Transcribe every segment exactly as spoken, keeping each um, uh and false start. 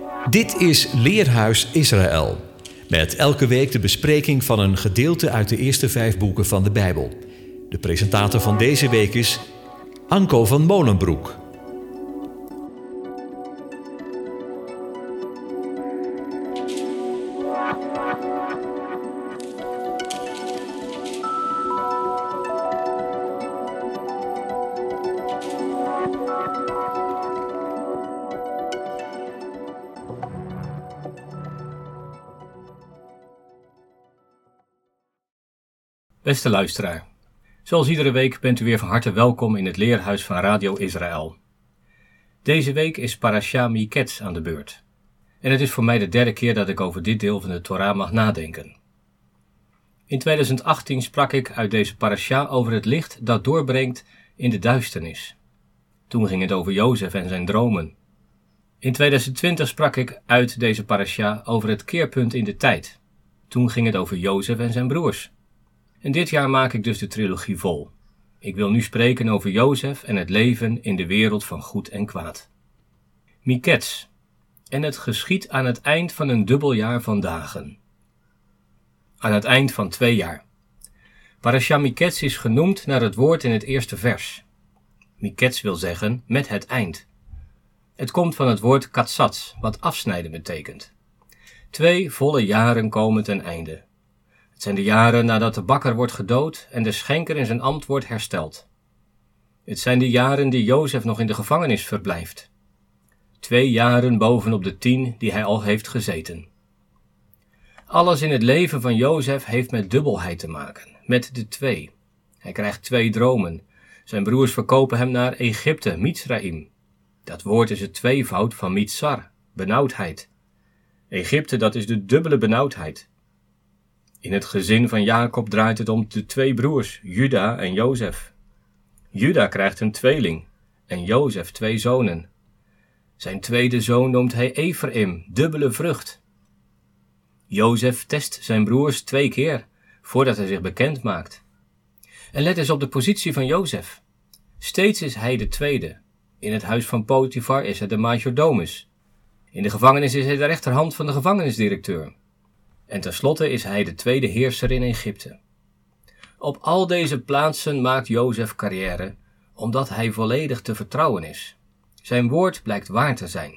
Dit is Leerhuis Israël, met elke week de bespreking van een gedeelte uit de eerste vijf boeken van de Bijbel. De presentator van deze week is Anko van Molenbroek. Beste luisteraar, zoals iedere week bent u weer van harte welkom in het Leerhuis van Radio Israël. Deze week is Parasha Miketz aan de beurt. En het is voor mij de derde keer dat ik over dit deel van de Torah mag nadenken. In twintig achttien sprak ik uit deze parasha over het licht dat doorbrengt in de duisternis. Toen ging het over Jozef en zijn dromen. In twintig twintig sprak ik uit deze parasha over het keerpunt in de tijd. Toen ging het over Jozef en zijn broers. En dit jaar maak ik dus de trilogie vol. Ik wil nu spreken over Jozef en het leven in de wereld van goed en kwaad. Miketz. En het geschiet aan het eind van een dubbel jaar van dagen. Aan het eind van twee jaar. Parasha Miketz is genoemd naar het woord in het eerste vers. Miketz wil zeggen met het eind. Het komt van het woord katsats, wat afsnijden betekent. Twee volle jaren komen ten einde. Het zijn de jaren nadat de bakker wordt gedood en de schenker in zijn ambt wordt hersteld. Het zijn de jaren die Jozef nog in de gevangenis verblijft. Twee jaren bovenop de tien die hij al heeft gezeten. Alles in het leven van Jozef heeft met dubbelheid te maken, met de twee. Hij krijgt twee dromen. Zijn broers verkopen hem naar Egypte, Mitsraim. Dat woord is het tweevoud van Mitsar, benauwdheid. Egypte, dat is de dubbele benauwdheid. In het gezin van Jacob draait het om de twee broers, Juda en Jozef. Juda krijgt een tweeling en Jozef twee zonen. Zijn tweede zoon noemt hij Ephraim, dubbele vrucht. Jozef test zijn broers twee keer, voordat hij zich bekend maakt. En let eens op de positie van Jozef. Steeds is hij de tweede. In het huis van Potifar is hij de majordomus. In de gevangenis is hij de rechterhand van de gevangenisdirecteur. En tenslotte is hij de tweede heerser in Egypte. Op al deze plaatsen maakt Jozef carrière, omdat hij volledig te vertrouwen is. Zijn woord blijkt waar te zijn.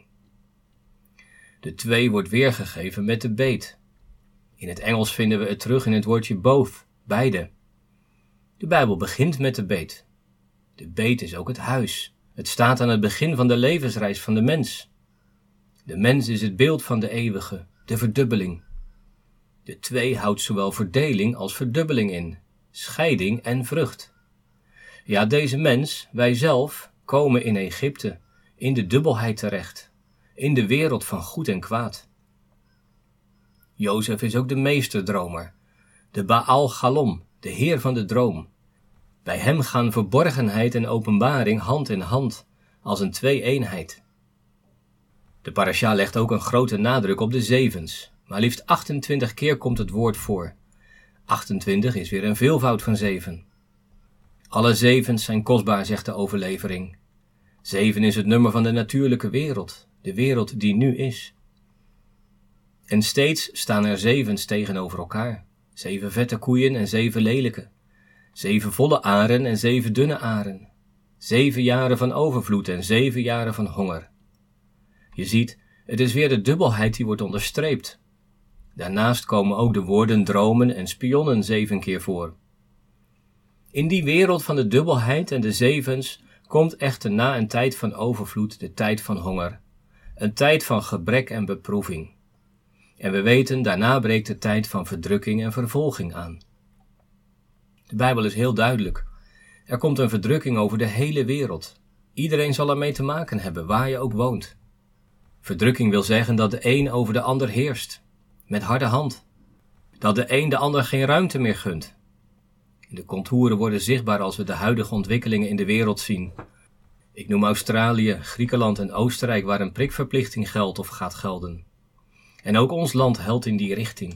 De twee wordt weergegeven met de beet. In het Engels vinden we het terug in het woordje both, beide. De Bijbel begint met de beet. De beet is ook het huis. Het staat aan het begin van de levensreis van de mens. De mens is het beeld van de eeuwige, de verdubbeling. De twee houdt zowel verdeling als verdubbeling in, scheiding en vrucht. Ja, deze mens, wij zelf, komen in Egypte, in de dubbelheid terecht, in de wereld van goed en kwaad. Jozef is ook de meesterdromer, de Baal Galom, de heer van de droom. Bij hem gaan verborgenheid en openbaring hand in hand, als een twee-eenheid. De parasha legt ook een grote nadruk op de zevens. Maar liefst achtentwintig keer komt het woord voor. achtentwintig is weer een veelvoud van zeven. Alle zevens zijn kostbaar, zegt de overlevering. Zeven is het nummer van de natuurlijke wereld, de wereld die nu is. En steeds staan er zevens tegenover elkaar. Zeven vette koeien en zeven lelijke. Zeven volle aren en zeven dunne aren. Zeven jaren van overvloed en zeven jaren van honger. Je ziet, het is weer de dubbelheid die wordt onderstreept. Daarnaast komen ook de woorden dromen en spionnen zeven keer voor. In die wereld van de dubbelheid en de zevens komt echter na een tijd van overvloed de tijd van honger. Een tijd van gebrek en beproeving. En we weten, daarna breekt de tijd van verdrukking en vervolging aan. De Bijbel is heel duidelijk. Er komt een verdrukking over de hele wereld. Iedereen zal ermee te maken hebben, waar je ook woont. Verdrukking wil zeggen dat de een over de ander heerst. Met harde hand. Dat de een de ander geen ruimte meer gunt. De contouren worden zichtbaar als we de huidige ontwikkelingen in de wereld zien. Ik noem Australië, Griekenland en Oostenrijk waar een prikverplichting geldt of gaat gelden. En ook ons land helt in die richting.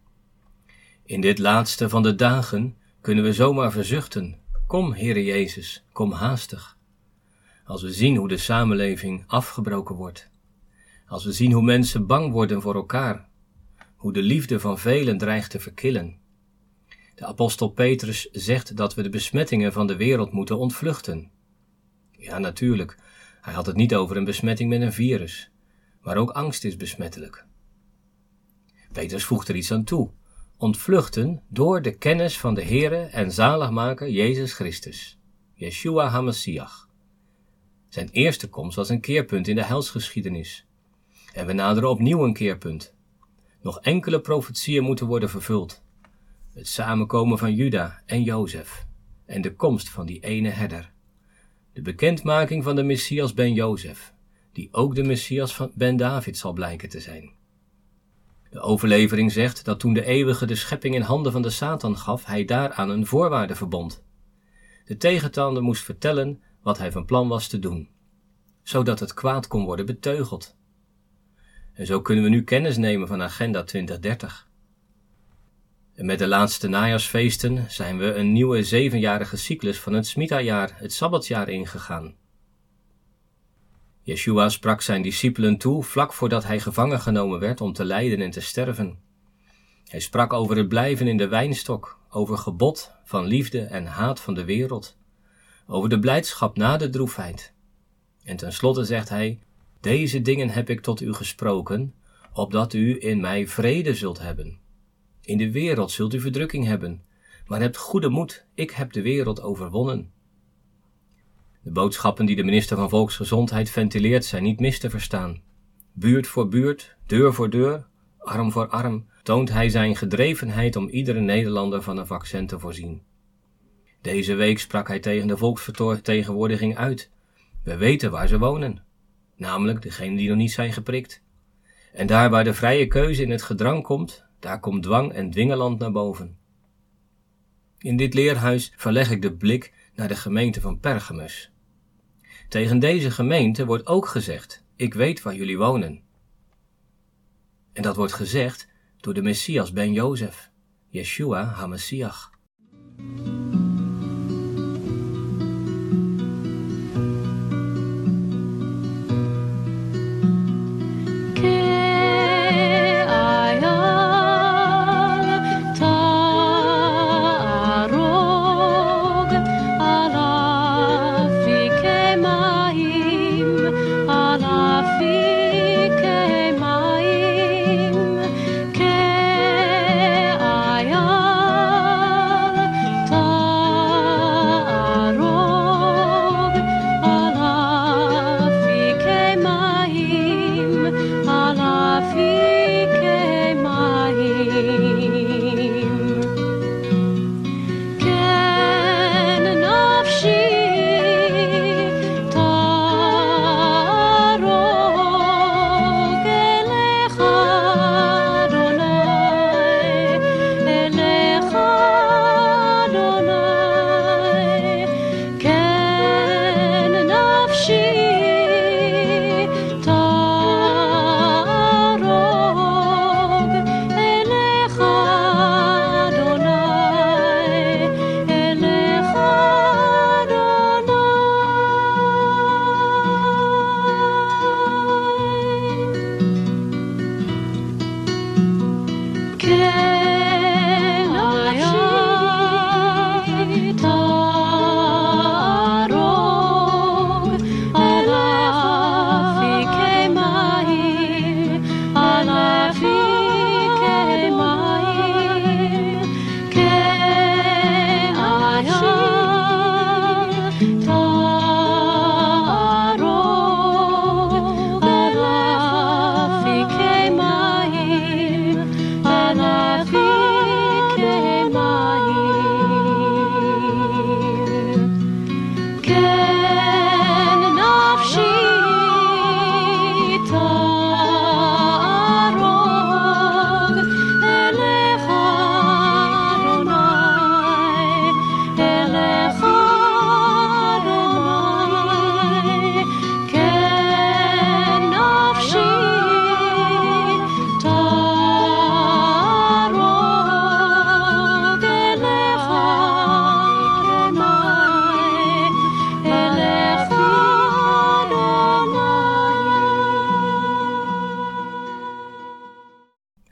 In dit laatste van de dagen kunnen we zomaar verzuchten. Kom, Heere Jezus, kom haastig. Als we zien hoe de samenleving afgebroken wordt. Als we zien hoe mensen bang worden voor elkaar, hoe de liefde van velen dreigt te verkillen. De apostel Petrus zegt dat we de besmettingen van de wereld moeten ontvluchten. Ja, natuurlijk, hij had het niet over een besmetting met een virus, maar ook angst is besmettelijk. Petrus voegt er iets aan toe: ontvluchten door de kennis van de Heere en zaligmaker Jezus Christus, Yeshua HaMashiach. Zijn eerste komst was een keerpunt in de heilsgeschiedenis. En we naderen opnieuw een keerpunt. Nog enkele profetieën moeten worden vervuld. Het samenkomen van Juda en Jozef en de komst van die ene herder. De bekendmaking van de Messias ben Jozef, die ook de Messias van ben David zal blijken te zijn. De overlevering zegt dat toen de eeuwige de schepping in handen van de Satan gaf, hij daaraan een voorwaarde verbond. De tegenstander moest vertellen wat hij van plan was te doen, zodat het kwaad kon worden beteugeld. En zo kunnen we nu kennis nemen van Agenda twintig dertig. En met de laatste najaarsfeesten zijn we een nieuwe zevenjarige cyclus van het Smita-jaar, het Sabbatsjaar, ingegaan. Yeshua sprak zijn discipelen toe vlak voordat hij gevangen genomen werd om te lijden en te sterven. Hij sprak over het blijven in de wijnstok, over gebod van liefde en haat van de wereld, over de blijdschap na de droefheid. En tenslotte zegt hij: deze dingen heb ik tot u gesproken, opdat u in mij vrede zult hebben. In de wereld zult u verdrukking hebben, maar hebt goede moed, ik heb de wereld overwonnen. De boodschappen die de minister van Volksgezondheid ventileert zijn niet mis te verstaan. Buurt voor buurt, deur voor deur, arm voor arm, toont hij zijn gedrevenheid om iedere Nederlander van een vaccin te voorzien. Deze week sprak hij tegen de volksvertegenwoordiging uit: we weten waar ze wonen, namelijk degenen die nog niet zijn geprikt. En daar waar de vrije keuze in het gedrang komt, daar komt dwang en dwingeland naar boven. In dit leerhuis verleg ik de blik naar de gemeente van Pergamus. Tegen deze gemeente wordt ook gezegd: ik weet waar jullie wonen. En dat wordt gezegd door de Messias ben Jozef, Yeshua HaMashiach. Ta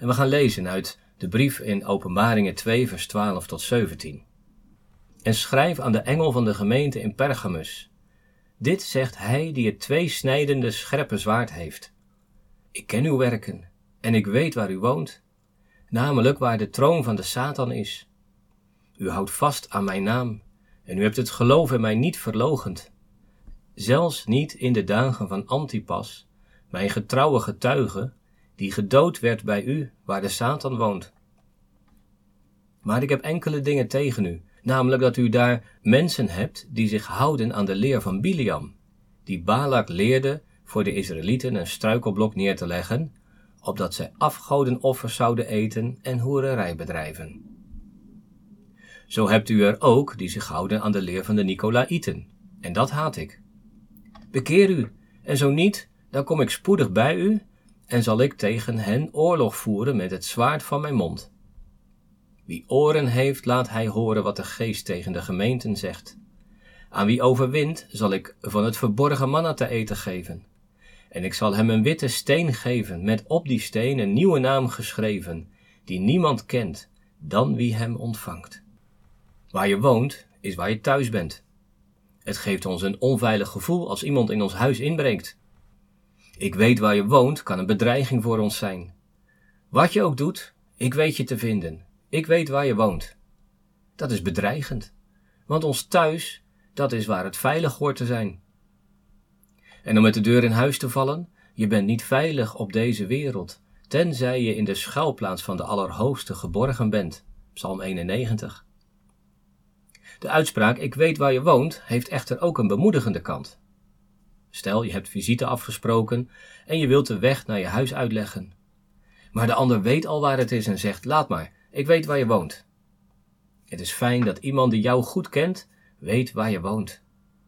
En we gaan lezen uit de brief in Openbaringen twee vers twaalf tot zeventien. En schrijf aan de engel van de gemeente in Pergamus. Dit zegt hij die het tweesnijdende scherpe zwaard heeft. Ik ken uw werken en ik weet waar u woont, namelijk waar de troon van de Satan is. U houdt vast aan mijn naam en u hebt het geloof in mij niet verloochend. Zelfs niet in de dagen van Antipas, mijn getrouwe getuige, die gedood werd bij u, waar de Satan woont. Maar ik heb enkele dingen tegen u, namelijk dat u daar mensen hebt die zich houden aan de leer van Biliam, die Balak leerde voor de Israëlieten een struikelblok neer te leggen, opdat zij afgodenoffers zouden eten en hoererij bedrijven. Zo hebt u er ook die zich houden aan de leer van de Nicolaïten, en dat haat ik. Bekeer u, en zo niet, dan kom ik spoedig bij u, en zal ik tegen hen oorlog voeren met het zwaard van mijn mond. Wie oren heeft, laat hij horen wat de geest tegen de gemeenten zegt. Aan wie overwint, zal ik van het verborgen manna te eten geven. En ik zal hem een witte steen geven, met op die steen een nieuwe naam geschreven, die niemand kent, dan wie hem ontvangt. Waar je woont, is waar je thuis bent. Het geeft ons een onveilig gevoel als iemand in ons huis inbreekt. Ik weet waar je woont, kan een bedreiging voor ons zijn. Wat je ook doet, ik weet je te vinden. Ik weet waar je woont. Dat is bedreigend, want ons thuis, dat is waar het veilig hoort te zijn. En om met de deur in huis te vallen, je bent niet veilig op deze wereld, tenzij je in de schuilplaats van de Allerhoogste geborgen bent. Psalm eenennegentig. De uitspraak, ik weet waar je woont, heeft echter ook een bemoedigende kant. Stel, je hebt visite afgesproken en je wilt de weg naar je huis uitleggen. Maar de ander weet al waar het is en zegt, laat maar, ik weet waar je woont. Het is fijn dat iemand die jou goed kent, weet waar je woont.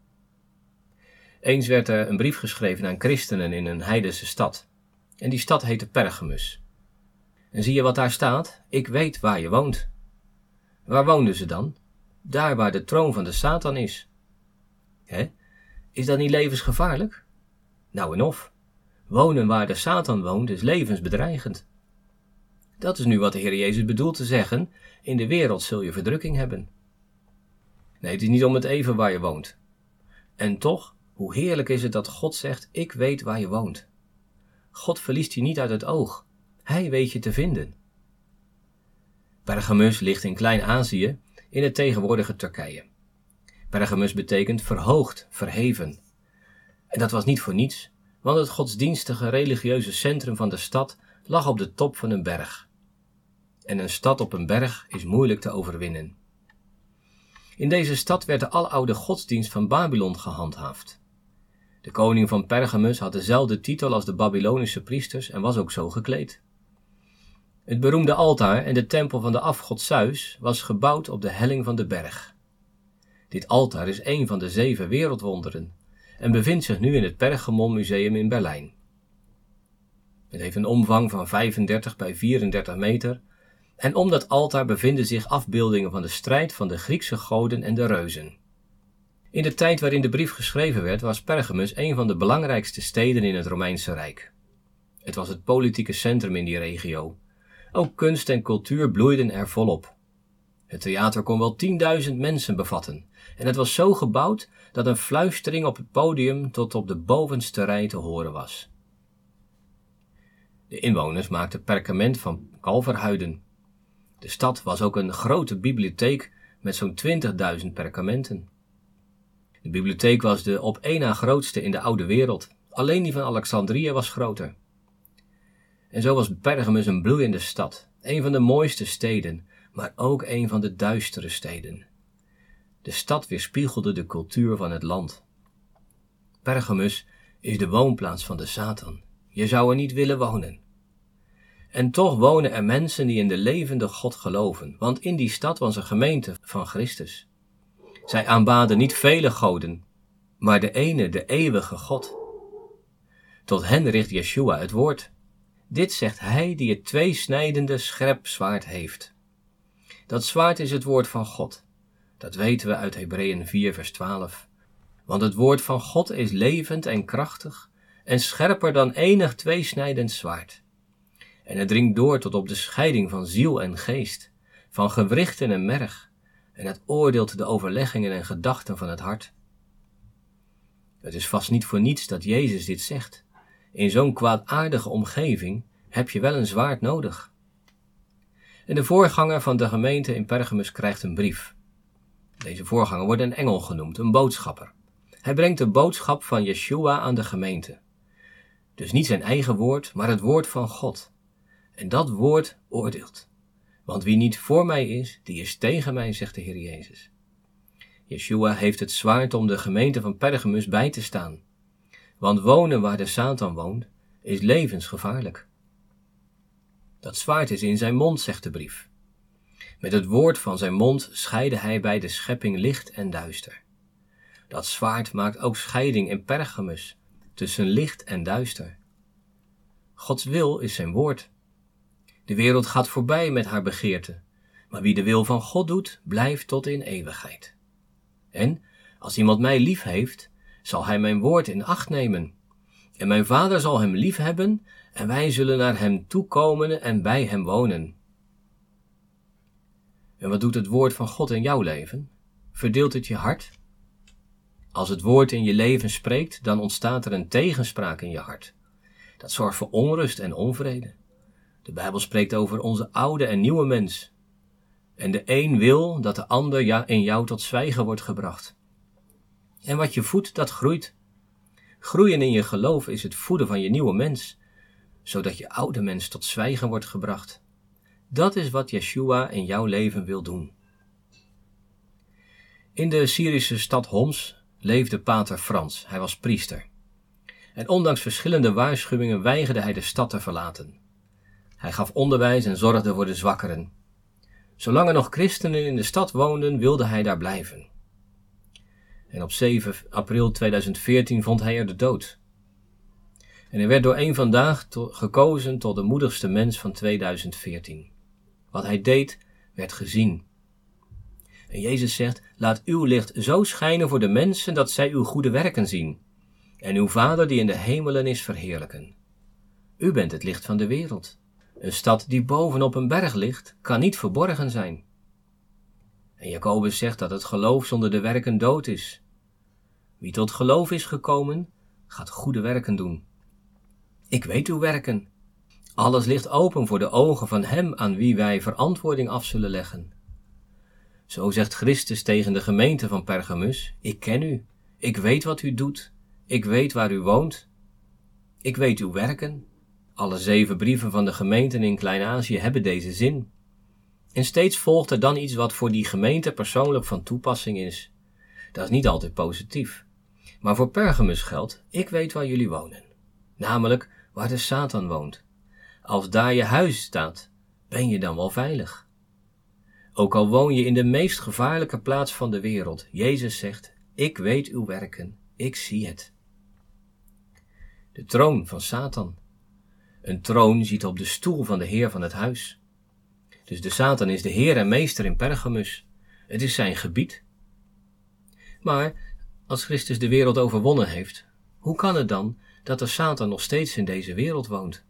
Eens werd er een brief geschreven aan christenen in een heidense stad. En die stad heette Pergamus. En zie je wat daar staat? Ik weet waar je woont. Waar woonden ze dan? Daar waar de troon van de Satan is. Hè? Is dat niet levensgevaarlijk? Nou en of. Wonen waar de Satan woont is levensbedreigend. Dat is nu wat de Heer Jezus bedoelt te zeggen, in de wereld zul je verdrukking hebben. Nee, het is niet om het even waar je woont. En toch, hoe heerlijk is het dat God zegt, ik weet waar je woont. God verliest je niet uit het oog. Hij weet je te vinden. Pergamus ligt in Klein-Azië, in het tegenwoordige Turkije. Pergamus betekent verhoogd, verheven. En dat was niet voor niets, want het godsdienstige religieuze centrum van de stad lag op de top van een berg. En een stad op een berg is moeilijk te overwinnen. In deze stad werd de aloude godsdienst van Babylon gehandhaafd. De koning van Pergamus had dezelfde titel als de Babylonische priesters en was ook zo gekleed. Het beroemde altaar en de tempel van de afgod Zeus was gebouwd op de helling van de berg. Dit altaar is een van de zeven wereldwonderen en bevindt zich nu in het Pergamon Museum in Berlijn. Het heeft een omvang van vijfendertig bij vierendertig meter en om dat altaar bevinden zich afbeeldingen van de strijd van de Griekse goden en de reuzen. In de tijd waarin de brief geschreven werd was Pergamus een van de belangrijkste steden in het Romeinse Rijk. Het was het politieke centrum in die regio. Ook kunst en cultuur bloeiden er volop. Het theater kon wel tienduizend mensen bevatten en het was zo gebouwd dat een fluistering op het podium tot op de bovenste rij te horen was. De inwoners maakten perkament van kalverhuiden. De stad was ook een grote bibliotheek met zo'n twintigduizend perkamenten. De bibliotheek was de op één na grootste in de oude wereld. Alleen die van Alexandrië was groter. En zo was Pergamus een bloeiende stad, een van de mooiste steden, maar ook een van de duistere steden. De stad weerspiegelde de cultuur van het land. Pergamus is de woonplaats van de Satan. Je zou er niet willen wonen. En toch wonen er mensen die in de levende God geloven, want in die stad was een gemeente van Christus. Zij aanbaden niet vele goden, maar de ene, de eeuwige God. Tot hen richt Yeshua het woord. Dit zegt hij die het tweesnijdende scherp zwaard heeft. Dat zwaard is het woord van God. Dat weten we uit Hebreeën vier vers twaalf. Want het woord van God is levend en krachtig en scherper dan enig tweesnijdend zwaard. En het dringt door tot op de scheiding van ziel en geest, van gewrichten en merg, en het oordeelt de overleggingen en gedachten van het hart. Het is vast niet voor niets dat Jezus dit zegt. In zo'n kwaadaardige omgeving heb je wel een zwaard nodig. En de voorganger van de gemeente in Pergamus krijgt een brief. Deze voorganger wordt een engel genoemd, een boodschapper. Hij brengt de boodschap van Yeshua aan de gemeente. Dus niet zijn eigen woord, maar het woord van God. En dat woord oordeelt. Want wie niet voor mij is, die is tegen mij, zegt de Heer Jezus. Yeshua heeft het zwaard om de gemeente van Pergamus bij te staan. Want wonen waar de Satan woont, is levensgevaarlijk. Dat zwaard is in zijn mond, zegt de brief. Met het woord van zijn mond scheidde hij bij de schepping licht en duister. Dat zwaard maakt ook scheiding in Pergamus, tussen licht en duister. Gods wil is zijn woord. De wereld gaat voorbij met haar begeerte, maar wie de wil van God doet, blijft tot in eeuwigheid. En, als iemand mij lief heeft, zal hij mijn woord in acht nemen. En mijn Vader zal hem lief hebben, en wij zullen naar hem toekomen en bij hem wonen. En wat doet het woord van God in jouw leven? Verdeelt het je hart? Als het woord in je leven spreekt, dan ontstaat er een tegenspraak in je hart. Dat zorgt voor onrust en onvrede. De Bijbel spreekt over onze oude en nieuwe mens. En de een wil dat de ander in jou tot zwijgen wordt gebracht. En wat je voedt, dat groeit. Groeien in je geloof is het voeden van je nieuwe mens, zodat je oude mens tot zwijgen wordt gebracht. Dat is wat Yeshua in jouw leven wil doen. In de Syrische stad Homs leefde pater Frans. Hij was priester. En ondanks verschillende waarschuwingen weigerde hij de stad te verlaten. Hij gaf onderwijs en zorgde voor de zwakkeren. Zolang er nog christenen in de stad woonden, wilde hij daar blijven. En op zeven april tweeduizend veertien vond hij er de dood. En hij werd door één vandaag to- gekozen tot de moedigste mens van tweeduizend veertien. Wat hij deed, werd gezien. En Jezus zegt, laat uw licht zo schijnen voor de mensen dat zij uw goede werken zien. En uw Vader die in de hemelen is verheerlijken. U bent het licht van de wereld. Een stad die bovenop een berg ligt, kan niet verborgen zijn. En Jacobus zegt dat het geloof zonder de werken dood is. Wie tot geloof is gekomen, gaat goede werken doen. Ik weet uw werken. Alles ligt open voor de ogen van hem aan wie wij verantwoording af zullen leggen. Zo zegt Christus tegen de gemeente van Pergamus, ik ken u, ik weet wat u doet, ik weet waar u woont, ik weet uw werken. Alle zeven brieven van de gemeenten in Klein-Azië hebben deze zin. En steeds volgt er dan iets wat voor die gemeente persoonlijk van toepassing is. Dat is niet altijd positief. Maar voor Pergamus geldt, ik weet waar jullie wonen. Namelijk waar de Satan woont. Als daar je huis staat, ben je dan wel veilig. Ook al woon je in de meest gevaarlijke plaats van de wereld, Jezus zegt, ik weet uw werken, ik zie het. De troon van Satan. Een troon ziet op de stoel van de Heer van het huis. Dus de Satan is de Heer en meester in Pergamus. Het is zijn gebied. Maar als Christus de wereld overwonnen heeft, hoe kan het dan dat de Satan nog steeds in deze wereld woont?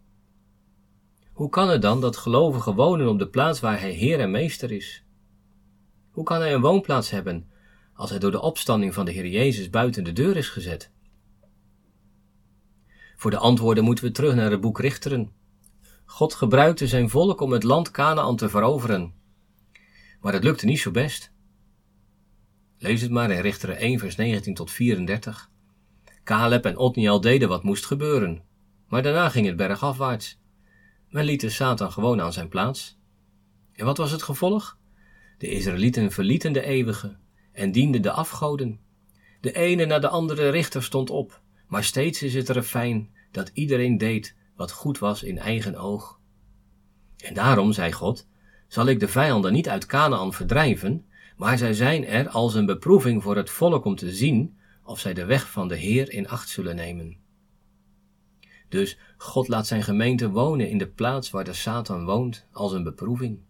Hoe kan het dan dat gelovigen wonen op de plaats waar hij Heer en meester is? Hoe kan hij een woonplaats hebben als hij door de opstanding van de Heer Jezus buiten de deur is gezet? Voor de antwoorden moeten we terug naar het boek Richteren. God gebruikte zijn volk om het land Kanaän te veroveren. Maar het lukte niet zo best. Lees het maar in Richteren één vers negentien tot vierendertig. Caleb en Otniel deden wat moest gebeuren, maar daarna ging het bergafwaarts. Men liet de Satan gewoon aan zijn plaats. En wat was het gevolg? De Israëlieten verlieten de eeuwige en dienden de afgoden. De ene na de andere richter stond op, maar steeds is het refijn dat iedereen deed wat goed was in eigen oog. En daarom, zei God, zal ik de vijanden niet uit Kanaän verdrijven, maar zij zijn er als een beproeving voor het volk om te zien of zij de weg van de Heer in acht zullen nemen. Dus God laat zijn gemeente wonen in de plaats waar de Satan woont als een beproeving.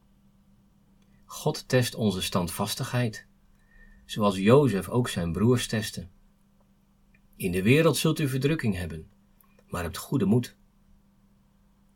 God test onze standvastigheid, zoals Jozef ook zijn broers testte. In de wereld zult u verdrukking hebben, maar hebt goede moed.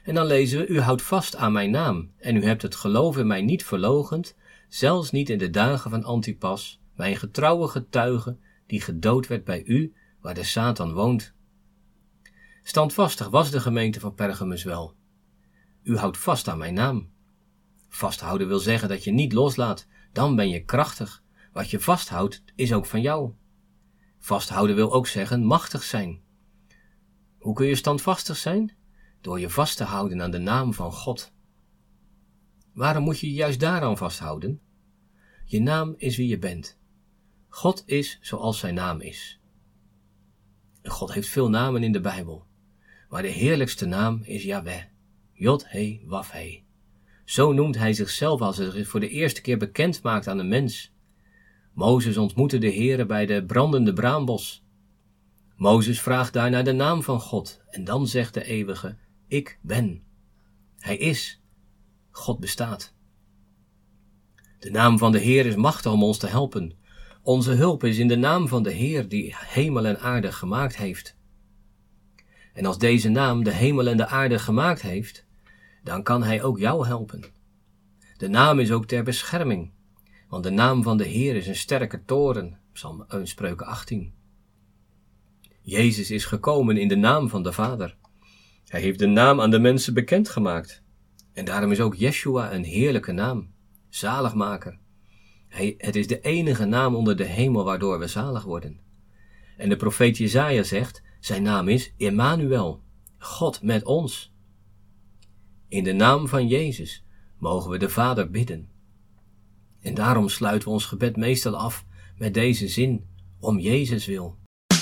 En dan lezen we, u houdt vast aan mijn naam en u hebt het geloof in mij niet verloochend, zelfs niet in de dagen van Antipas, mijn getrouwe getuige, die gedood werd bij u, waar de Satan woont. Standvastig was de gemeente van Pergamus wel. U houdt vast aan mijn naam. Vasthouden wil zeggen dat je niet loslaat, dan ben je krachtig. Wat je vasthoudt is ook van jou. Vasthouden wil ook zeggen machtig zijn. Hoe kun je standvastig zijn? Door je vast te houden aan de naam van God. Waarom moet je je juist daaraan vasthouden? Je naam is wie je bent. God is zoals zijn naam is. God heeft veel namen in de Bijbel, maar de heerlijkste naam is Yahweh, Jod-He-Waf-He. Zo noemt hij zichzelf als hij zich voor de eerste keer bekend maakt aan een mens. Mozes ontmoette de Heere bij de brandende braambos. Mozes vraagt daar naar de naam van God en dan zegt de eeuwige, ik ben. Hij is. God bestaat. De naam van de Heer is machtig om ons te helpen. Onze hulp is in de naam van de Heer die hemel en aarde gemaakt heeft. En als deze naam de hemel en de aarde gemaakt heeft, dan kan hij ook jou helpen. De naam is ook ter bescherming, want de naam van de Heer is een sterke toren, Psalm Spreuken achttien. Jezus is gekomen in de naam van de Vader. Hij heeft de naam aan de mensen bekendgemaakt. En daarom is ook Yeshua een heerlijke naam, zaligmaker. Hij, het is de enige naam onder de hemel waardoor we zalig worden. En de profeet Jesaja zegt, zijn naam is Emmanuel, God met ons. In de naam van Jezus mogen we de Vader bidden. En daarom sluiten we ons gebed meestal af met deze zin, om Jezus wil.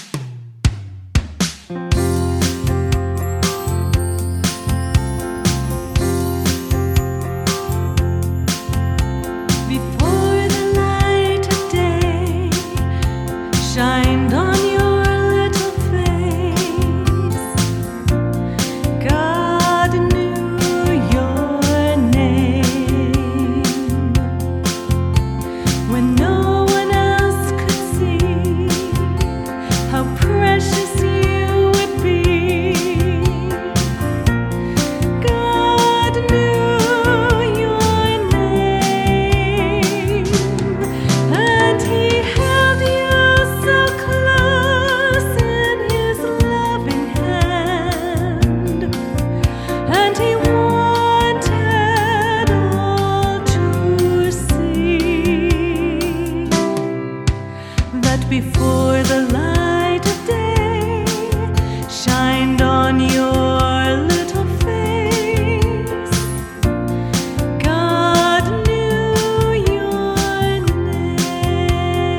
Shined on your little face, God knew your name, when no one else could see how precious you would be. God knew your name, and He held you before the light of day shined on your little face, God knew your name.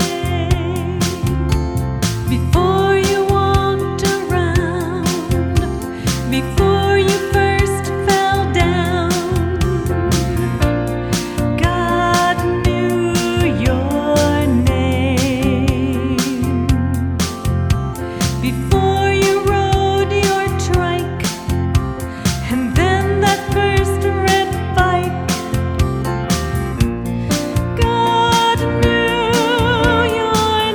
Before you walked around, before you first fell down, God knew your name. Before you rode your trike, and then that first red bike, God knew your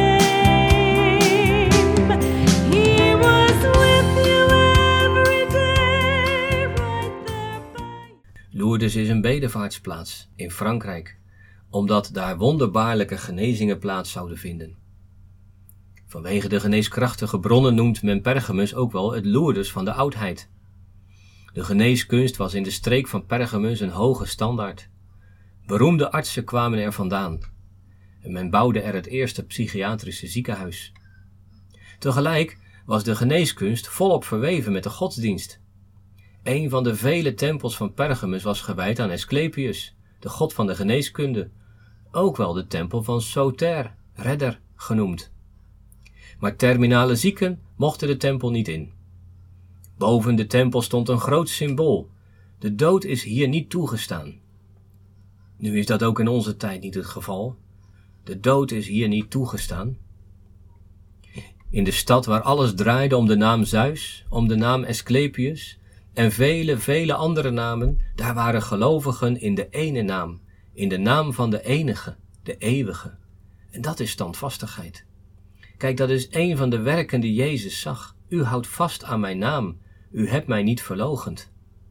name. He was with you every day, right there by you. Lourdes is een bedevaartsplaats in Frankrijk, omdat daar wonderbaarlijke genezingen plaats zouden vinden. Vanwege de geneeskrachtige bronnen noemt men Pergamus ook wel het Lourdes van de oudheid. De geneeskunst was in de streek van Pergamus een hoge standaard. Beroemde artsen kwamen er vandaan. En men bouwde er het eerste psychiatrische ziekenhuis. Tegelijk was de geneeskunst volop verweven met de godsdienst. Een van de vele tempels van Pergamus was gewijd aan Asclepius, de god van de geneeskunde, ook wel de tempel van Soter, redder, genoemd. Maar terminale zieken mochten de tempel niet in. Boven de tempel stond een groot symbool. De dood is hier niet toegestaan. Nu is dat ook in onze tijd niet het geval. De dood is hier niet toegestaan. In de stad waar alles draaide om de naam Zeus, om de naam Asclepius en vele, vele andere namen, daar waren gelovigen in de ene naam, in de naam van de enige, de eeuwige. En dat is standvastigheid. Kijk, dat is een van de werken die Jezus zag. U houdt vast aan mijn naam. U hebt mij niet verloochend.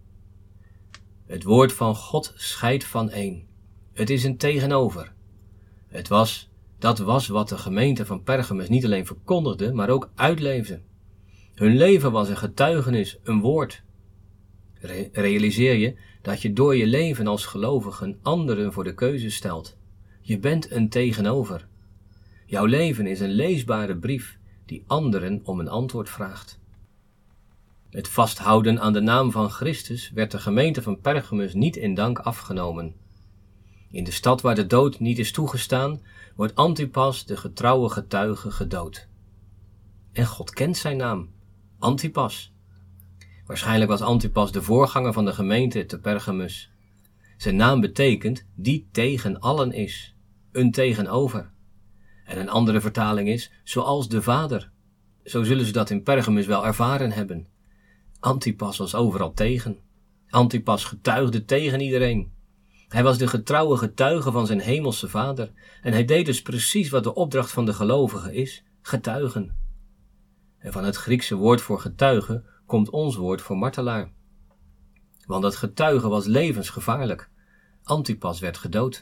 Het woord van God scheidt van één. Het is een tegenover. Het was, dat was wat de gemeente van Pergamus niet alleen verkondigde, maar ook uitleefde. Hun leven was een getuigenis, een woord. Re- realiseer je dat je door je leven als gelovige anderen voor de keuze stelt. Je bent een tegenover. Jouw leven is een leesbare brief die anderen om een antwoord vraagt. Het vasthouden aan de naam van Christus werd de gemeente van Pergamus niet in dank afgenomen. In de stad waar de dood niet is toegestaan, wordt Antipas, de getrouwe getuige, gedood. En God kent zijn naam, Antipas. Waarschijnlijk was Antipas de voorganger van de gemeente te Pergamus. Zijn naam betekent die tegen allen is, een tegenover. En een andere vertaling is, zoals de Vader. Zo zullen ze dat in Pergamus wel ervaren hebben. Antipas was overal tegen. Antipas getuigde tegen iedereen. Hij was de getrouwe getuige van zijn hemelse Vader en hij deed dus precies wat de opdracht van de gelovige is, getuigen. En van het Griekse woord voor getuige komt ons woord voor martelaar. Want dat getuigen was levensgevaarlijk. Antipas werd gedood.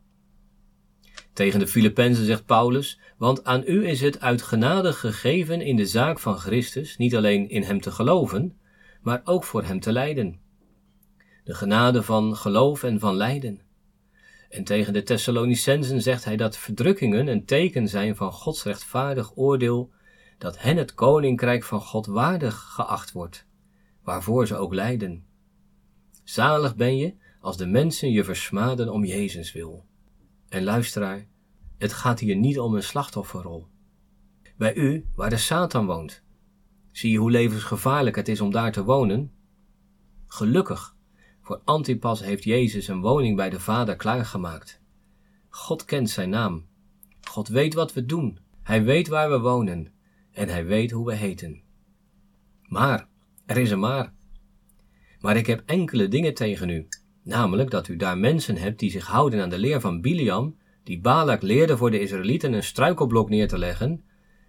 Tegen de Filippenzen zegt Paulus, want aan u is het uit genade gegeven in de zaak van Christus, niet alleen in hem te geloven, maar ook voor hem te lijden. De genade van geloof en van lijden. En tegen de Thessalonicenzen zegt hij dat verdrukkingen een teken zijn van Gods rechtvaardig oordeel, dat hen het koninkrijk van God waardig geacht wordt, waarvoor ze ook lijden. Zalig ben je als de mensen je versmaden om Jezus wil. En luisteraar, het gaat hier niet om een slachtofferrol. Bij u, waar de Satan woont, zie je hoe levensgevaarlijk het is om daar te wonen? Gelukkig, voor Antipas heeft Jezus een woning bij de Vader klaargemaakt. God kent zijn naam. God weet wat we doen. Hij weet waar we wonen. En hij weet hoe we heten. Maar, er is een maar. Maar ik heb enkele dingen tegen u. Namelijk dat u daar mensen hebt die zich houden aan de leer van Biliam, die Balak leerde voor de Israëlieten een struikelblok neer te leggen,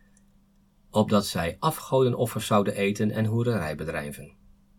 opdat zij afgodenoffers zouden eten en hoererij bedrijven.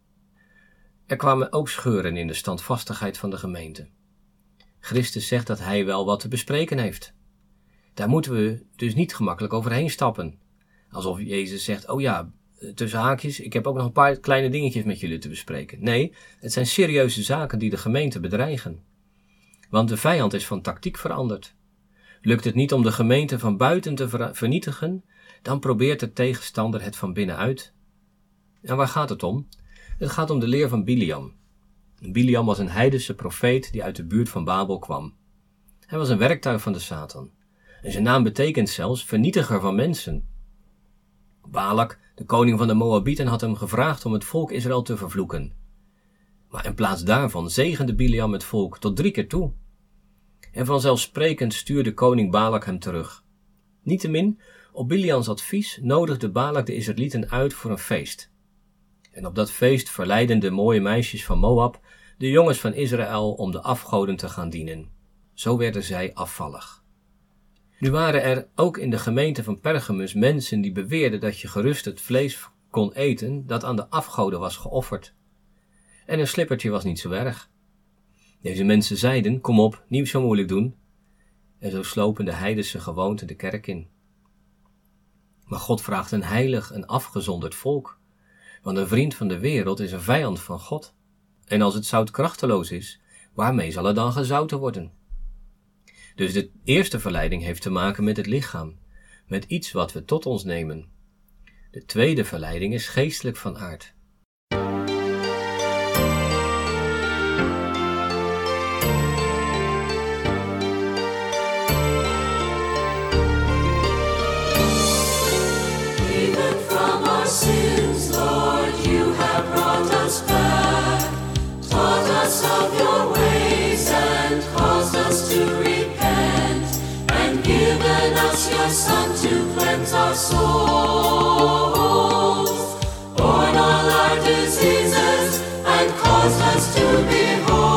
Er kwamen ook scheuren in de standvastigheid van de gemeente. Christus zegt dat hij wel wat te bespreken heeft. Daar moeten we dus niet gemakkelijk overheen stappen. Alsof Jezus zegt, oh ja, tussen haakjes, ik heb ook nog een paar kleine dingetjes met jullie te bespreken. Nee, het zijn serieuze zaken die de gemeente bedreigen. Want de vijand is van tactiek veranderd. Lukt het niet om de gemeente van buiten te ver- vernietigen, dan probeert de tegenstander het van binnenuit. En waar gaat het om? Het gaat om de leer van Biliam. Biliam was een heidense profeet die uit de buurt van Babel kwam. Hij was een werktuig van de Satan. En zijn naam betekent zelfs vernietiger van mensen. Balak, de koning van de Moabieten, had hem gevraagd om het volk Israël te vervloeken. Maar in plaats daarvan zegende Biliam het volk tot drie keer toe. En vanzelfsprekend stuurde koning Balak hem terug. Niettemin, op Biliams advies nodigde Balak de Israëlieten uit voor een feest. En op dat feest verleidden de mooie meisjes van Moab de jongens van Israël om de afgoden te gaan dienen. Zo werden zij afvallig. Nu waren er ook in de gemeente van Pergamus mensen die beweerden dat je gerust het vlees kon eten dat aan de afgoden was geofferd. En een slippertje was niet zo erg. Deze mensen zeiden, kom op, niet zo moeilijk doen. En zo slopen de heidense gewoonten de kerk in. Maar God vraagt een heilig en afgezonderd volk. Want een vriend van de wereld is een vijand van God. En als het zout krachteloos is, waarmee zal er dan gezouten worden? Dus de eerste verleiding heeft te maken met het lichaam, met iets wat we tot ons nemen. De tweede verleiding is geestelijk van aard. Even from our sins, Lord, you have brought us back, taught us of your ways and caused us to repent, and given us your Son to cleanse our souls, borne all our diseases and caused us to be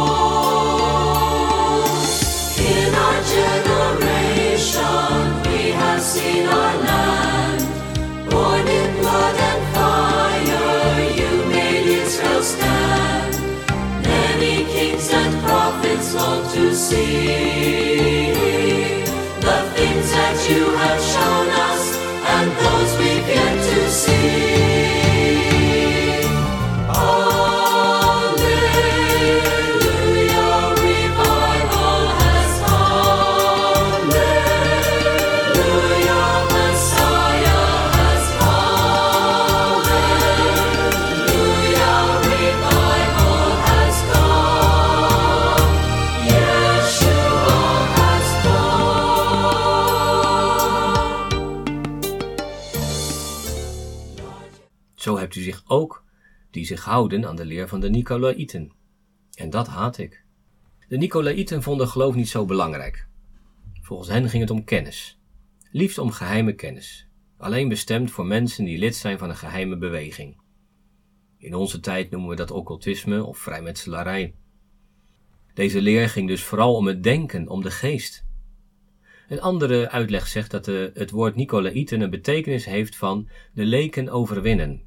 whole. In our generation we have seen our land, born in blood and fire, you made Israel stand. Many see the things that you have shown us and those we've yet to see. Alleluia, revival has come. Alleluia, Messiah has come. Alleluia, revival has come. Yeshua has come. Zo hebt u zich ook die zich houden aan de leer van de Nicolaïten. En dat haat ik. De Nicolaïten vonden geloof niet zo belangrijk. Volgens hen ging het om kennis. Liefst om geheime kennis. Alleen bestemd voor mensen die lid zijn van een geheime beweging. In onze tijd noemen we dat occultisme of vrijmetselarij. Deze leer ging dus vooral om het denken, om de geest. Een andere uitleg zegt dat de, het woord Nicolaïten een betekenis heeft van de leken overwinnen.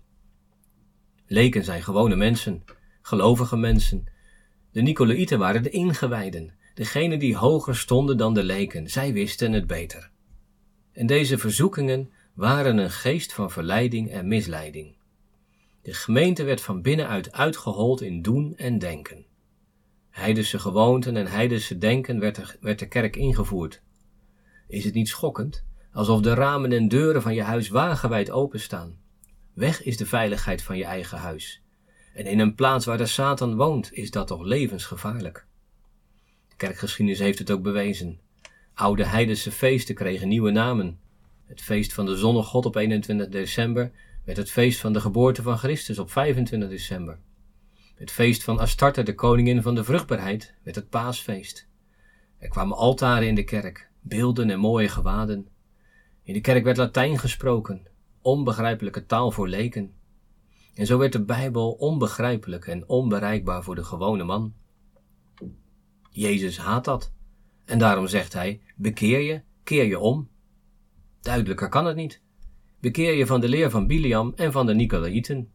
Leken zijn gewone mensen, gelovige mensen. De Nicolaïten waren de ingewijden, degenen die hoger stonden dan de leken. Zij wisten het beter. En deze verzoekingen waren een geest van verleiding en misleiding. De gemeente werd van binnenuit uitgehold in doen en denken. Heidense gewoonten en heidense denken werd de, werd de kerk ingevoerd. Is het niet schokkend, alsof de ramen en deuren van je huis wagenwijd openstaan? Weg is de veiligheid van je eigen huis. En in een plaats waar de Satan woont, is dat toch levensgevaarlijk. De kerkgeschiedenis heeft het ook bewezen. Oude heidense feesten kregen nieuwe namen. Het feest van de zonnegod op eenentwintig december werd het feest van de geboorte van Christus op vijfentwintig december. Het feest van Astarte, de koningin van de vruchtbaarheid, werd het paasfeest. Er kwamen altaren in de kerk, beelden en mooie gewaden. In de kerk werd Latijn gesproken, onbegrijpelijke taal voor leken. En zo werd de Bijbel onbegrijpelijk en onbereikbaar voor de gewone man. Jezus haat dat. En daarom zegt hij, bekeer je, keer je om. Duidelijker kan het niet. Bekeer je van de leer van Biliam en van de Nicolaïten.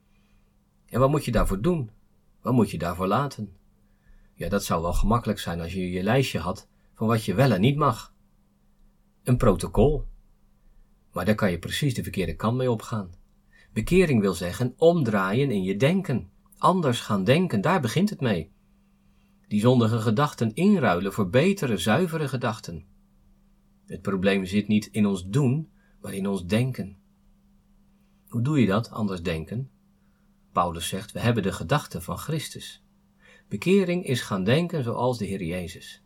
En wat moet je daarvoor doen? Wat moet je daarvoor laten? Ja, dat zou wel gemakkelijk zijn als je je lijstje had van wat je wel en niet mag. Een protocol. Maar daar kan je precies de verkeerde kant mee opgaan. Bekering wil zeggen omdraaien in je denken. Anders gaan denken, daar begint het mee. Die zondige gedachten inruilen voor betere, zuivere gedachten. Het probleem zit niet in ons doen, maar in ons denken. Hoe doe je dat, anders denken? Paulus zegt, we hebben de gedachten van Christus. Bekering is gaan denken zoals de Heer Jezus.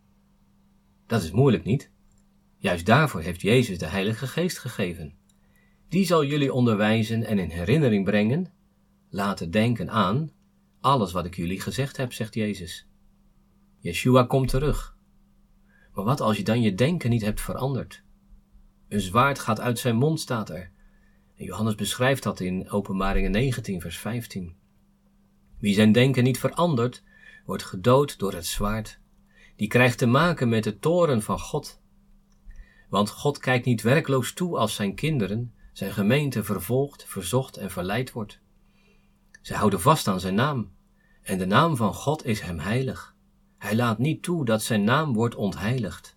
Dat is moeilijk niet? Juist daarvoor heeft Jezus de Heilige Geest gegeven. Die zal jullie onderwijzen en in herinnering brengen, laten denken aan alles wat ik jullie gezegd heb, zegt Jezus. Yeshua komt terug. Maar wat als je dan je denken niet hebt veranderd? Een zwaard gaat uit zijn mond, staat er. En Johannes beschrijft dat in Openbaringen negentien, vers vijftien. Wie zijn denken niet verandert, wordt gedood door het zwaard. Die krijgt te maken met de toorn van God. Want God kijkt niet werkloos toe als zijn kinderen, zijn gemeente vervolgd, verzocht en verleid wordt. Zij houden vast aan zijn naam. En de naam van God is hem heilig. Hij laat niet toe dat zijn naam wordt ontheiligd.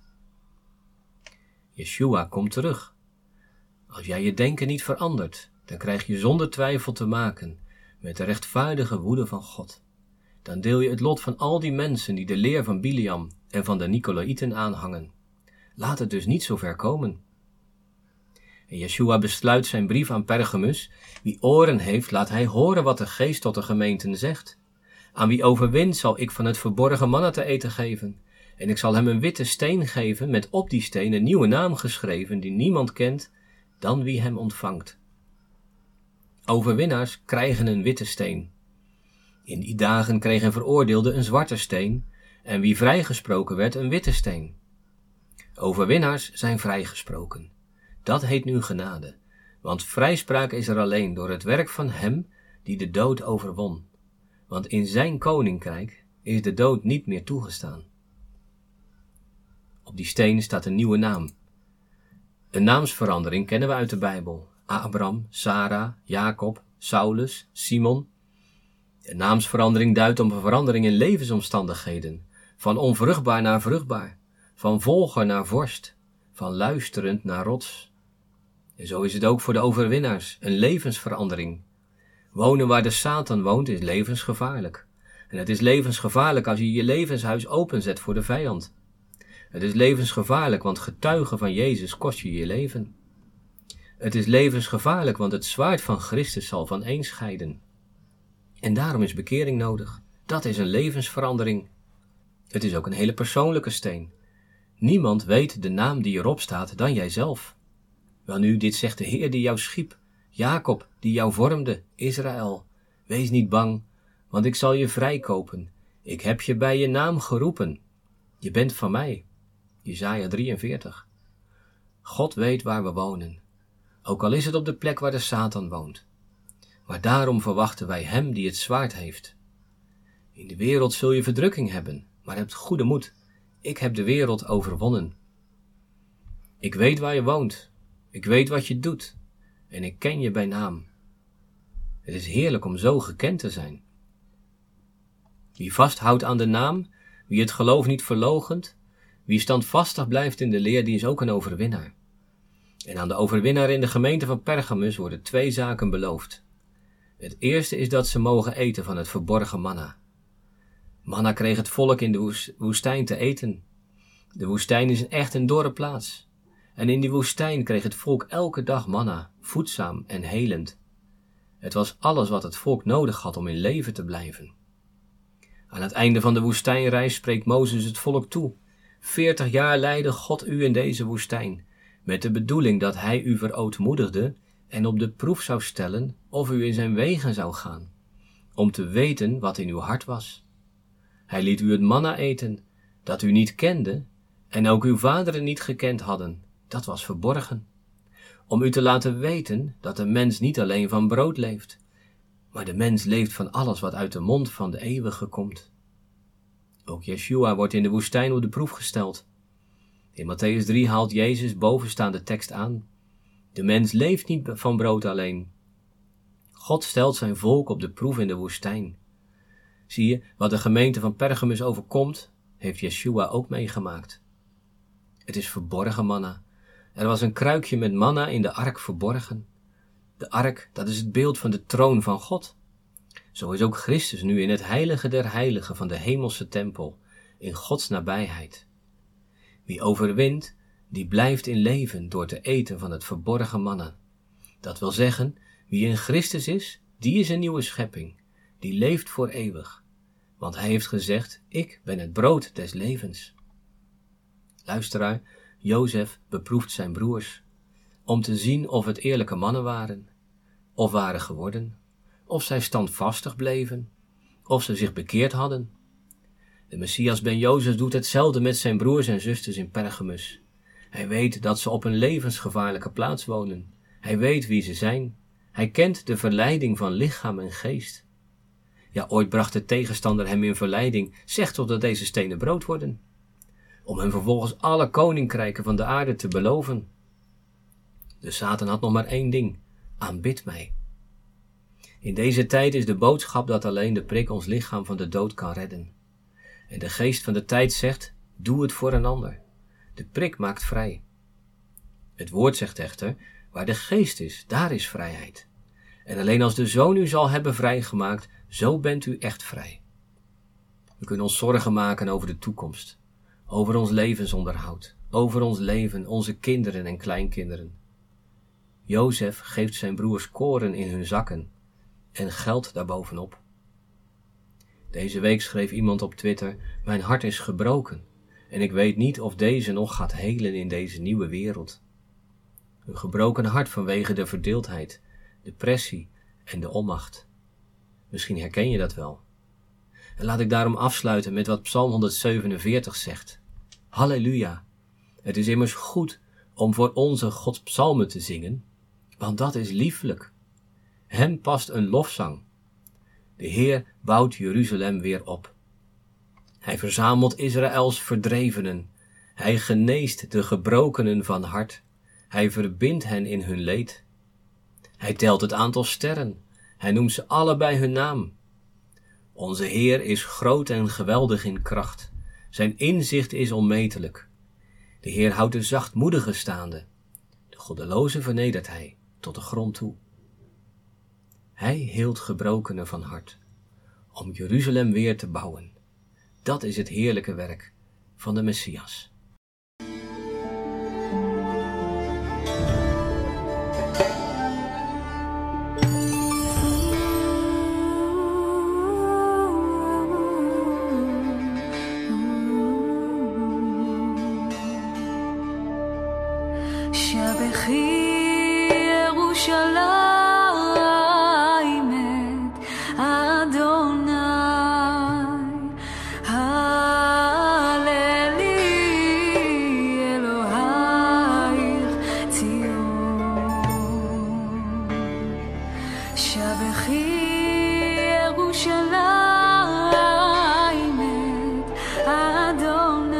Yeshua komt terug. Als jij je denken niet verandert, dan krijg je zonder twijfel te maken met de rechtvaardige woede van God. Dan deel je het lot van al die mensen die de leer van Biliam en van de Nicolaïten aanhangen. Laat het dus niet zo ver komen. En Yeshua besluit zijn brief aan Pergamus. Wie oren heeft, laat hij horen wat de geest tot de gemeenten zegt. Aan wie overwint zal ik van het verborgen manna te eten geven. En ik zal hem een witte steen geven met op die steen een nieuwe naam geschreven die niemand kent dan wie hem ontvangt. Overwinnaars krijgen een witte steen. In die dagen kreeg een veroordeelde een zwarte steen en wie vrijgesproken werd een witte steen. Overwinnaars zijn vrijgesproken. Dat heet nu genade, want vrijspraak is er alleen door het werk van hem die de dood overwon. Want in zijn koninkrijk is de dood niet meer toegestaan. Op die steen staat een nieuwe naam. Een naamsverandering kennen we uit de Bijbel. Abraham, Sarah, Jacob, Saulus, Simon. Een naamsverandering duidt op een verandering in levensomstandigheden. van onvruchtbaar naar vruchtbaar, van volger naar vorst, van luisterend naar rots. En zo is het ook voor de overwinnaars, een levensverandering. Wonen waar de Satan woont is levensgevaarlijk. En het is levensgevaarlijk als je je levenshuis openzet voor de vijand. Het is levensgevaarlijk, want getuigen van Jezus kost je je leven. Het is levensgevaarlijk, want het zwaard van Christus zal van een scheiden. En daarom is bekering nodig. Dat is een levensverandering. Het is ook een hele persoonlijke steen. Niemand weet de naam die erop staat dan jijzelf. Welnu, dit zegt de Heer die jou schiep, Jacob die jou vormde, Israël. Wees niet bang, want ik zal je vrijkopen. Ik heb je bij je naam geroepen. Je bent van mij. Jesaja drieënveertig. God weet waar we wonen, ook al is het op de plek waar de Satan woont. Maar daarom verwachten wij hem die het zwaard heeft. In de wereld zul je verdrukking hebben, maar heb goede moed. Ik heb de wereld overwonnen. Ik weet waar je woont. Ik weet wat je doet. En ik ken je bij naam. Het is heerlijk om zo gekend te zijn. Wie vasthoudt aan de naam, wie het geloof niet verloochent, wie standvastig blijft in de leer, die is ook een overwinnaar. En aan de overwinnaar in de gemeente van Pergamus worden twee zaken beloofd. Het eerste is dat ze mogen eten van het verborgen manna. Manna kreeg het volk in de woestijn te eten. De woestijn is echt een dorre plaats. En in die woestijn kreeg het volk elke dag manna, voedzaam en helend. Het was alles wat het volk nodig had om in leven te blijven. Aan het einde van de woestijnreis spreekt Mozes het volk toe. Veertig jaar leidde God u in deze woestijn, met de bedoeling dat hij u verootmoedigde en op de proef zou stellen of u in zijn wegen zou gaan, om te weten wat in uw hart was. Hij liet u het manna eten, dat u niet kende en ook uw vaderen niet gekend hadden, dat was verborgen, om u te laten weten dat de mens niet alleen van brood leeft, maar de mens leeft van alles wat uit de mond van de eeuwige komt. Ook Yeshua wordt in de woestijn op de proef gesteld. In Matthäus drie haalt Jezus bovenstaande tekst aan. De mens leeft niet van brood alleen. God stelt zijn volk op de proef in de woestijn. Zie je, wat de gemeente van Pergamus overkomt, heeft Yeshua ook meegemaakt. Het is verborgen manna. Er was een kruikje met manna in de ark verborgen. De ark, dat is het beeld van de troon van God. Zo is ook Christus nu in het heilige der heiligen van de hemelse tempel, in Gods nabijheid. Wie overwint, die blijft in leven door te eten van het verborgen manna. Dat wil zeggen, wie in Christus is, die is een nieuwe schepping, die leeft voor eeuwig. Want hij heeft gezegd, ik ben het brood des levens. Luisteraar, Jozef beproeft zijn broers, om te zien of het eerlijke mannen waren, of waren geworden, of zij standvastig bleven, of ze zich bekeerd hadden. De Messias ben Jozef doet hetzelfde met zijn broers en zusters in Pergamus. Hij weet dat ze op een levensgevaarlijke plaats wonen. Hij weet wie ze zijn. Hij kent de verleiding van lichaam en geest. Ja, ooit bracht de tegenstander hem in verleiding, zeg toch dat deze stenen brood worden, om hem vervolgens alle koninkrijken van de aarde te beloven. De Satan had nog maar één ding, aanbid mij. In deze tijd is de boodschap dat alleen de prik ons lichaam van de dood kan redden. En de geest van de tijd zegt, doe het voor een ander. De prik maakt vrij. Het woord zegt echter, waar de geest is, daar is vrijheid. En alleen als de Zoon u zal hebben vrijgemaakt, zo bent u echt vrij. We kunnen ons zorgen maken over de toekomst, over ons levensonderhoud, over ons leven, onze kinderen en kleinkinderen. Jozef geeft zijn broers koren in hun zakken en geld daarbovenop. Deze week schreef iemand op Twitter, mijn hart is gebroken en ik weet niet of deze nog gaat helen in deze nieuwe wereld. Een gebroken hart vanwege de verdeeldheid, depressie en de onmacht. Misschien herken je dat wel. En laat ik daarom afsluiten met wat Psalm honderdzevenenveertig zegt. Halleluja! Het is immers goed om voor onze God psalmen te zingen, want dat is lieflijk. Hem past een lofzang. De Heer bouwt Jeruzalem weer op. Hij verzamelt Israëls verdrevenen. Hij geneest de gebrokenen van hart. Hij verbindt hen in hun leed. Hij telt het aantal sterren. Hij noemt ze alle bij hun naam. Onze Heer is groot en geweldig in kracht. Zijn inzicht is onmetelijk. De Heer houdt de zachtmoedigen staande. De goddeloze vernedert hij tot de grond toe. Hij heelt gebrokenen van hart, om Jeruzalem weer te bouwen. Dat is het heerlijke werk van de Messias. שבחי ירושלים את אדוני, הללי אלוהיך ציון. שבחי ירושלים את אדוני,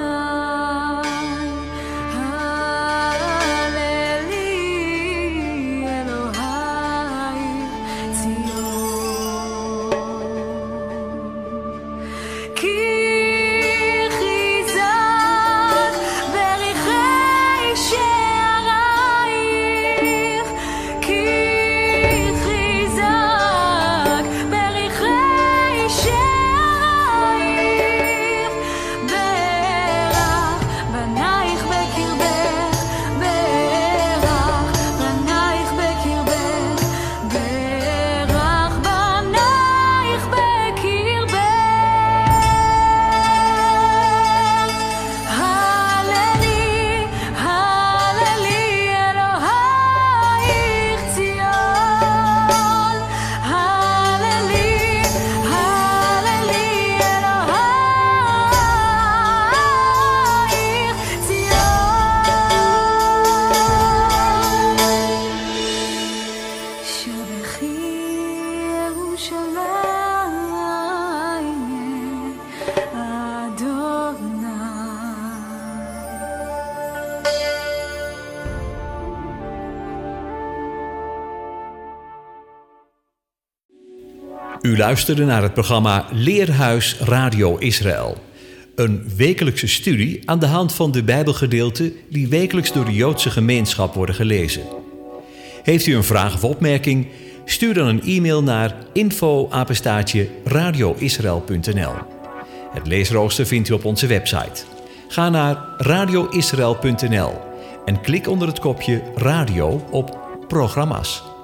U luisterde naar het programma Leerhuis Radio Israël. Een wekelijkse studie aan de hand van de Bijbelgedeelten die wekelijks door de Joodse gemeenschap worden gelezen. Heeft u een vraag of opmerking? Stuur dan een e-mail naar info apenstaartje radioisrael punt n l. Het leesrooster vindt u op onze website. Ga naar radioisrael punt n l en klik onder het kopje Radio op Programma's.